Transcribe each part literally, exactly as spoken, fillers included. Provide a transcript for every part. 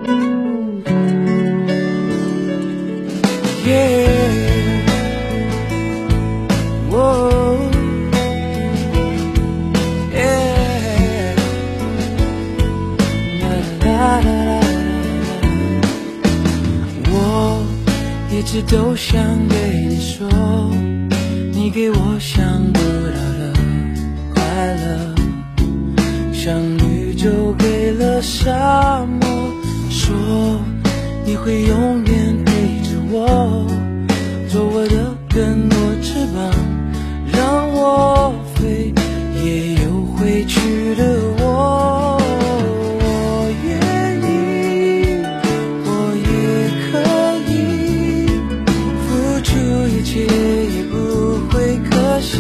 一直都想对你说，你给我想不到的快乐，像绿洲给了沙漠，说你会永远陪着我，做我的更多翅膀，让我飞，也有回去的我。也不会可惜，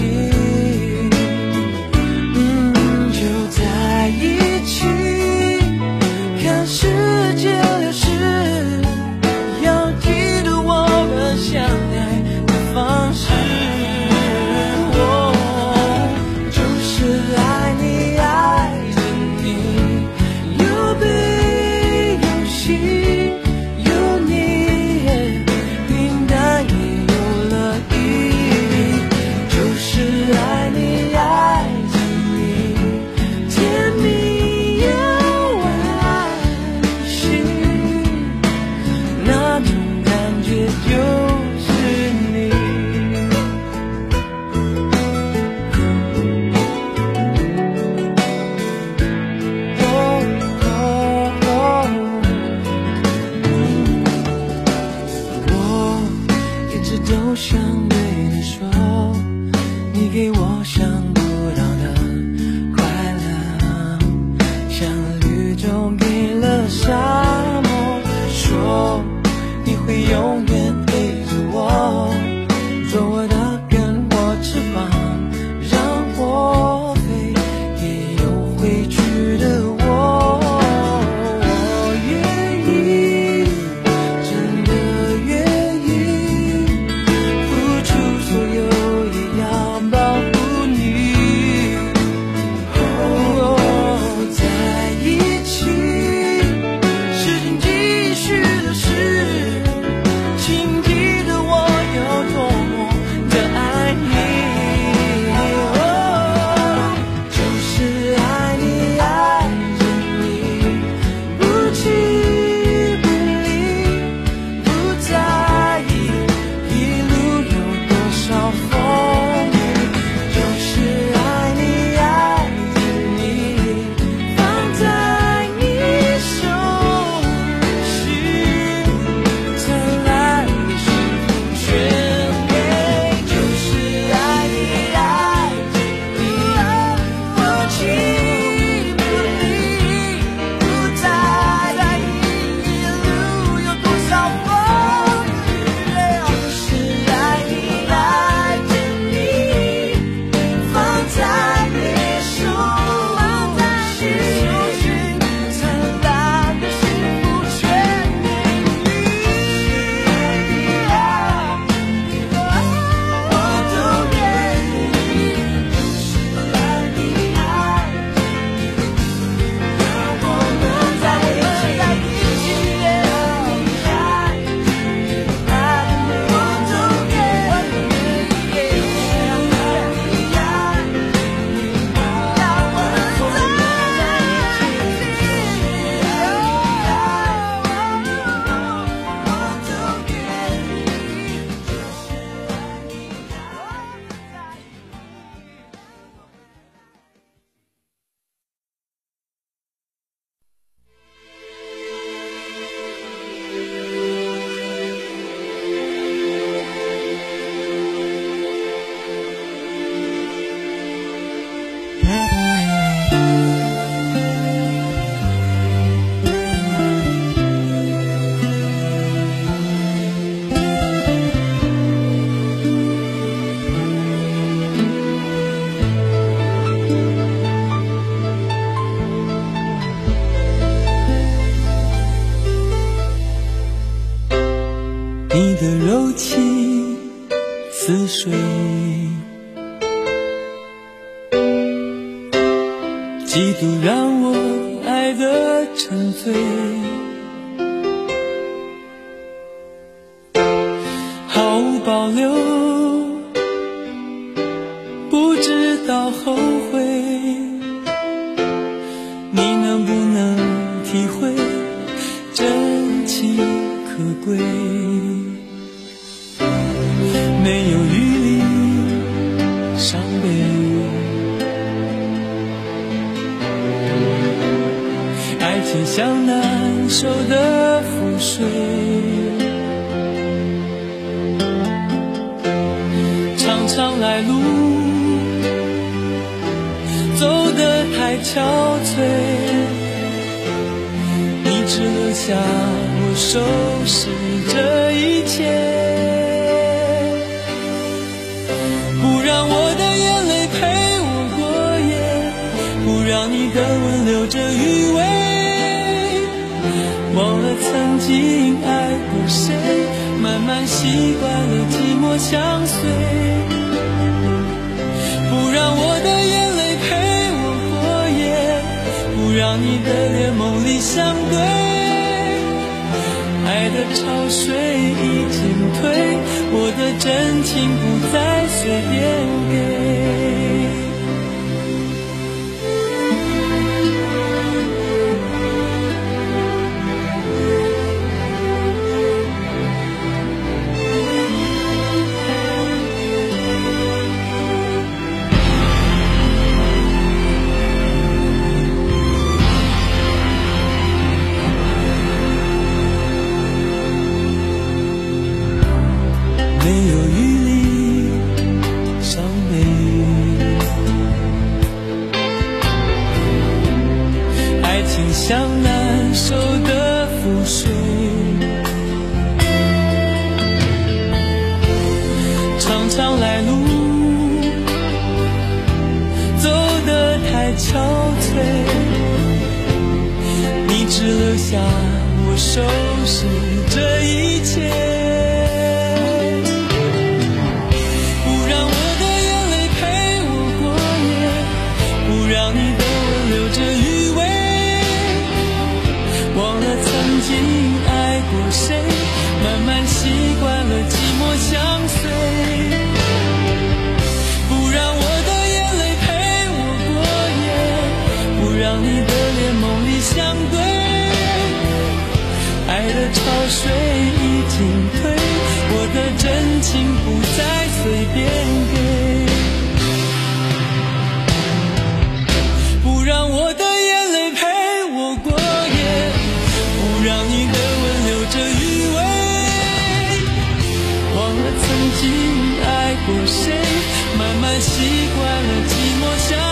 嗯，就在一起，看世界流逝，要记得我们相爱的方式，哦，就是爱你爱着你，有悲有喜，有你，平淡也爱你爱着你，甜蜜又温馨，那种感觉就是你。哦哦哦，我一直都想对你说，你给我想不到的快乐，像绿洲给了沙漠，说你会永远陪着我，做我的更多翅膀，让我飞，也有回去的我。我愿意，真的愿意付出所有，也要保护你，哦，在一起，时间继续流逝，请记得我有多么的爱你，哦，就是爱你爱着你，不弃不离，不在意一路有多少风雨，就是爱你爱着你，放在你手心，灿烂的幸福全给，就是爱你爱着你，不弃不离，不在意一路有多少风雨，就是爱你爱着你，放在你手心，灿烂的幸福全给你，我都愿意，就是爱你爱着你，让我们在一起，爱你爱着你，我都愿意，爱你爱着你，让我们在一起，我都愿意，就是爱你爱你的柔情似水，几度让我爱得沉醉， 保留，不知道后悔，你能不能体会真情可贵？没有余力伤悲，爱情像难收的覆水，常常来路走得太憔悴，你只留下我收拾这一切，不让我的眼泪陪我过夜，不让你的吻留着余味，忘了曾经爱过谁，慢慢习惯了寂寞相随，不让我的眼泪陪我过夜，不让你的脸梦里相对，爱的潮水已经退，我的真情不再随便给。没有余力伤悲，爱情像难收的覆水，常常来路走得太憔悴，你只留下我收拾这一切，让你的吻留着余味，忘了曾经爱过谁，慢慢习惯了寂寞相随，不让我的眼泪陪我过夜，不让你的脸梦里相对，爱的潮水已经退，我的真情不再随便给，不让我的眼泪陪我过夜，不让你的吻留着余味，忘了曾经爱过谁，慢慢习惯了寂寞相